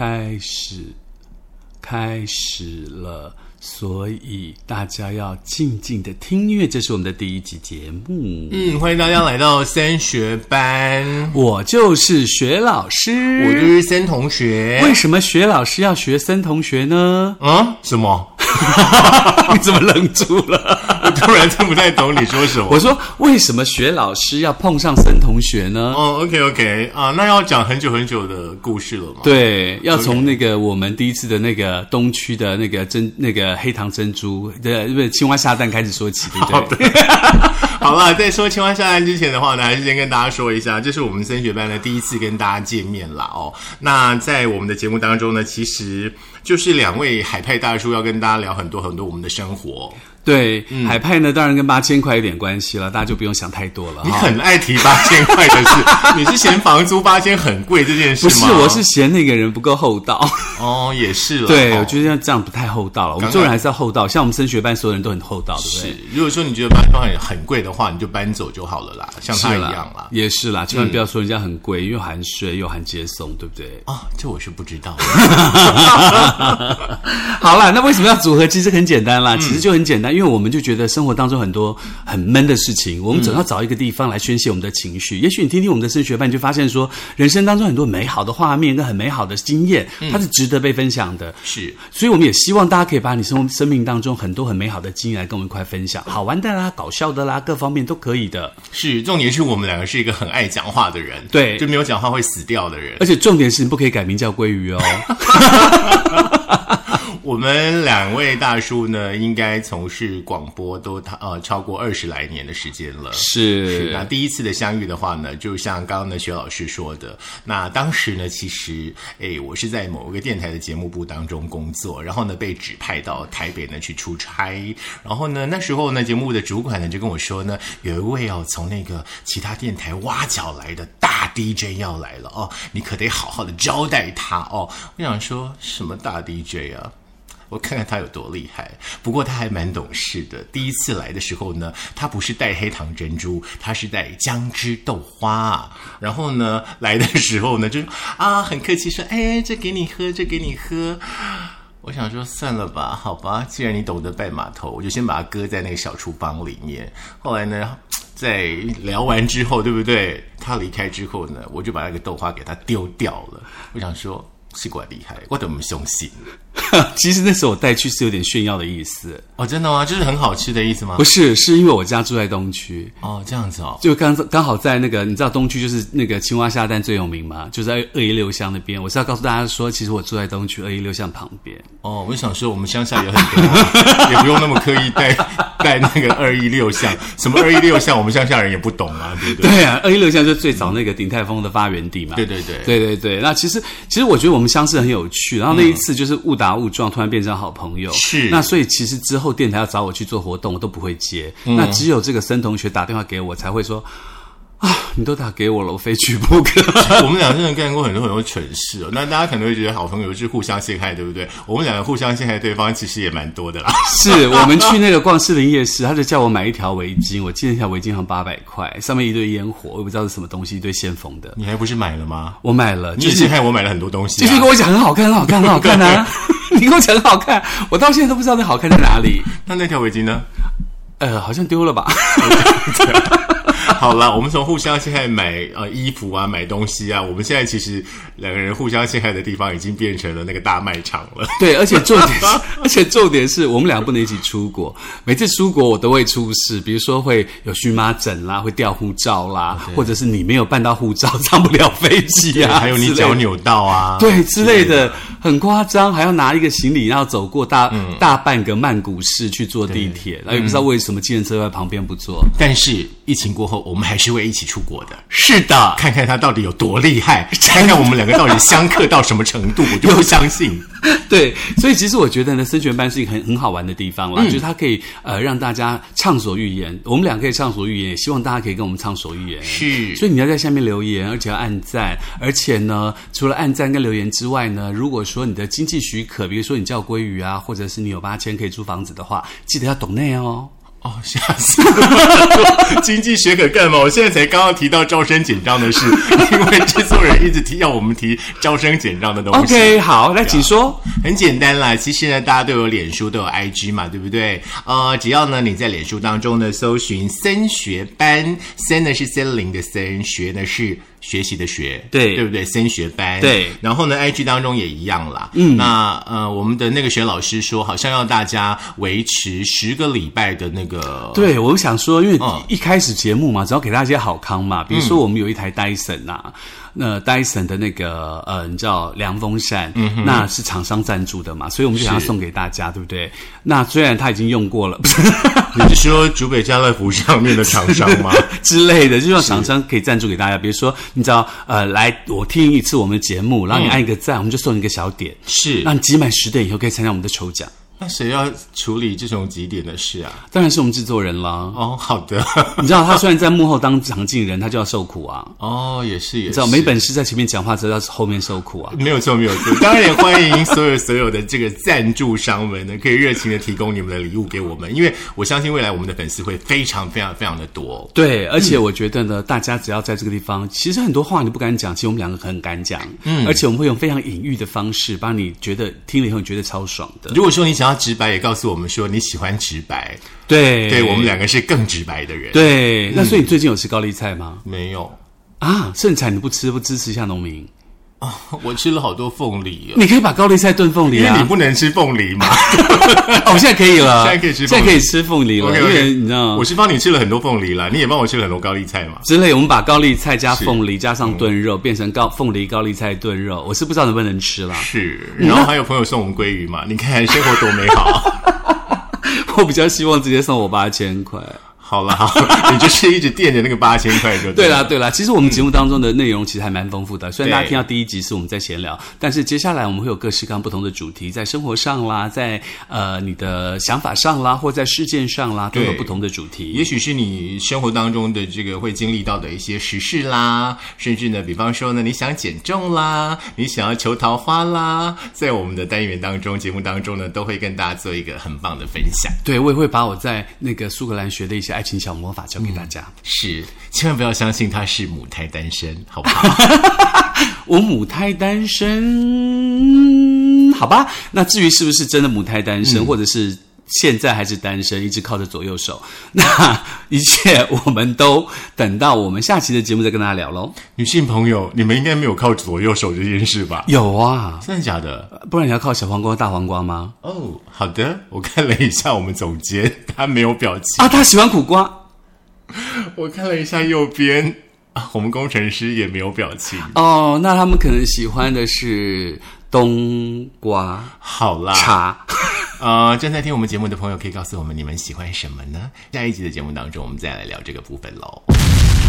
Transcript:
开始了，所以大家要静静的听音乐。这是我们的第一集节目。 欢迎大家来到森学班。 我就是学老师， 我就是森同学。 为什么学老师要学森同学呢？ 什么？ 你怎么愣住了？ 我突然听不太懂你说什么。 我说为什么学老师要碰上森同学呢 ？OK 啊，那要讲很久很久的故事了吗？ 对，要从那个我们第一次的那个东区的那个黑糖珍珠的青蛙下蛋开始说起，对不对？ 好了，在说青蛙下蛋之前的话呢，还是先跟大家说一下，这是我们森学班的第一次跟大家见面啦哦。那在我们的节目当中呢，其实就是两位海派大叔要跟大家聊很多很多我们的生活。 对，海派呢当然跟8000块有点关系了，大家就不用想太多了。 你很爱提8000块的事，你是嫌房租8000很贵这件事吗？ 不是，我是嫌那个人不够厚道。 也是了。 对，我觉得这样不太厚道了。我们做人还是要厚道，像我们升学班所有人都很厚道，对不对？ 是，如果说你觉得8000块很贵的话，你就搬走就好了啦，像他一样啦。 也是啦，千万不要说人家很贵，又含税又含接送，对不对？ 这我是不知道。 好啦，那为什么要组合？其实很简单啦，其实就很简单。因为我们就觉得生活当中很多很闷的事情，我们总要找一个地方来宣泄我们的情绪。也许你听听我们的升学班，你就发现说，人生当中很多美好的画面跟很美好的经验，它是值得被分享的。 是， 所以我们也希望大家可以把你生命当中很多很美好的经验来跟我们一块分享，好玩的啦、搞笑的啦，各方面都可以的。 是，重点是我们两个是一个很爱讲话的人， 对， 就没有讲话会死掉的人。 而且重点是你不可以改名叫鲑鱼哦。 我们两位大叔呢，应该从事广播都超过20来年的时间了。 是， 那第一次的相遇的话呢，就像刚刚的薛老师说的，那当时呢，其实我是在某一个电台的节目部当中工作，然后呢被指派到台北呢去出差，然后呢那时候呢节目部的主管呢就跟我说呢，有一位从那个其他电台挖角来的大 DJ 要来了哦，你可得好好的招待他哦。我想说什么大 DJ 啊？我看看他有多厉害，不过他还蛮懂事的。第一次来的时候呢，他不是带黑糖珍珠，他是带姜汁豆花。然后呢，来的时候呢，就很客气说：“这给你喝，这给你喝。”我想说算了吧，好吧，既然你懂得拜码头，我就先把它搁在那个小厨房里面。后来呢，在聊完之后，对不对？他离开之后呢，我就把那个豆花给他丢掉了。我想说，是怪厉害，我怎么相信？ 其实那时候我带去是有点炫耀的意思。 真的吗？就是很好吃的意思吗？ 不是，是因为我家住在东区。 这样子哦。 就刚好在那个，你知道东区就是那个青蛙下蛋最有名嘛，就在216巷那边。我是要告诉大家说，其实我住在东区216巷旁边。 我想说我们乡下也很多，也不用那么刻意带那个216巷。什么216巷，我们乡下人也不懂啊，对不对？ 对啊，216巷就是最早那个鼎泰丰的发源地嘛。对。那其实我觉得我们相识很有趣，然后那一次就是误打误撞，突然变成好朋友。 是。 那所以其实之后电台要找我去做活动，我都不会接。那只有这个森同学打电话给我，才会说你都打给我了，我非去不可。 我们俩真的干过很多很多蠢事哦。那大家可能会觉得好朋友是互相陷害，对不对？我们两个互相陷害对方，其实也蛮多的啦。 是我们去那个逛士林夜市，他就叫我买一条围巾，我记得那条围巾好像800块，上面一堆烟火，我也不知道是什么东西，一堆线缝的。 你还不是买了吗？ 我买了， 你也陷害我买了很多东西。 就是跟我讲很好看啊！你跟我讲很好看，我到现在都不知道那好看在哪里。 那条围巾呢？ 好像丢了吧。 好了，我们从互相陷害买衣服啊，买东西啊，我们现在其实两个人互相陷害的地方已经变成了那个大卖场了。 对，而且重点是我们两个不能一起出国，每次出国我都会出事，比如说会有荨麻疹啦，会掉护照啦，或者是你没有办到护照上不了飞机啊， 还有你脚扭到啊， 对之类的，很夸张，还要拿一个行李，然后走过大半个曼谷市去坐地铁，然后也不知道为什么计程车在旁边不坐。 但是疫情过后，我们还是会一起出国的。 是的， 看看他到底有多厉害，看看我们两个到底相克到什么程度，我就不相信。 对，所以其实我觉得呢，升学班是一个很好玩的地方啦，就是它可以让大家畅所欲言，我们俩可以畅所欲言，也希望大家可以跟我们畅所欲言。 是， 所以你要在下面留言，而且要按赞，而且呢，除了按赞跟留言之外呢，如果说你的经济许可，比如说你叫鲑鱼啊，或者是你有8000可以租房子的话，记得要抖内哦。 哦，吓死我！经济学可干嘛？我现在才刚刚提到招生简章的事，因为制作人一直要我们提招生简章的东西。 OK， 好，来请说。 很简单啦，其实呢，大家都有脸书，都有 IG 嘛，对不对？只要呢你在脸书当中呢搜寻森学班，森呢是森林的森，学呢是学习的学，对不对？森学班， 对。 然后呢 IG 当中也一样啦。那我们的那个学老师说，好像要大家维持10个礼拜的那个。 对，我想说，因为一开始节目嘛，只要给大家一些好康嘛，比如说我们有一台 Dyson 啊。Dyson 的那个你知道凉风扇，那是厂商赞助的嘛，所以我们就想要送给大家，对不对？那虽然他已经用过了， 你是说竹北家乐福上面的厂商吗？ 之类的，就是厂商可以赞助给大家，比如说你知道来我听一次我们的节目，然后你按一个赞，我们就送你一个小点， 是， 让你集满10点以后可以参加我们的抽奖。 那谁要处理这种几点的事啊？ 当然是我们制作人啦。 哦，好的。 你知道他虽然在幕后当场镜人，他就要受苦啊。 哦，也是。你知道没本事在前面讲话，只要后面受苦啊。 没有错。当然也欢迎所有的这个赞助商们呢，可以热情的提供你们的礼物给我们，因为我相信未来我们的粉丝会非常非常非常的多。 对，而且我觉得呢，大家只要在这个地方，其实很多话你不敢讲，其实我们两个很敢讲。而且我们会用非常隐喻的方式，帮你觉得听了以后你觉得超爽的。 如果说你想要直白，也告诉我们说你喜欢直白，对，我们两个是更直白的人。 对，那所以你最近有吃高丽菜吗？ 没有啊，盛产你不吃，不支持一下农民？ 我吃了好多凤梨你可以把高丽菜炖凤梨啊， 因为你不能吃凤梨嘛。 我现在可以了， 现在可以吃凤梨， 现在可以吃凤梨了。 Okay, 因为你知道， 我是帮你吃了很多凤梨了，你也帮我吃了很多高丽菜嘛之类。我们把高丽菜加凤梨加上炖肉，变成凤梨高丽菜炖肉。我是不知道能不能吃啦。 是，然后还有朋友送我们鲑鱼嘛？你看生活多美好。 我比较希望直接送我8000块。 好了，你就是一直垫着那个8000块就对啦。对啦，其实我们节目当中的内容其实还蛮丰富的。虽然大家听到第一集是我们在闲聊，但是接下来我们会有各式各样不同的主题，在生活上啦，在你的想法上啦，或在事件上啦，都有不同的主题。 也许是你生活当中的这个会经历到的一些时事啦，甚至呢，比方说呢，你想减重啦，你想要求桃花啦，在我们的单元当中、节目当中呢，都会跟大家做一个很棒的分享。 对，我也会把我在那个苏格兰学的一些爱情小魔法教给大家。 是，千万不要相信他是母胎单身，好不好？ 我母胎单身，好吧。那至于是不是真的母胎单身，或者是现在还是单身，一直靠着左右手，那一切我们都等到我们下期的节目再跟大家聊咯。 女性朋友，你们应该没有靠左右手这件事吧？ 有啊。 真的假的？ 不然你要靠小黄瓜大黄瓜吗？ 哦，好的。我看了一下我们总监，他没有表情啊，他喜欢苦瓜。 我看了一下右边我们工程师也没有表情哦，那他们可能喜欢的是冬瓜。 好啦， 茶。 正在听我们节目的朋友可以告诉我们你们喜欢什么呢？下一集的节目当中我们再来聊这个部分咯。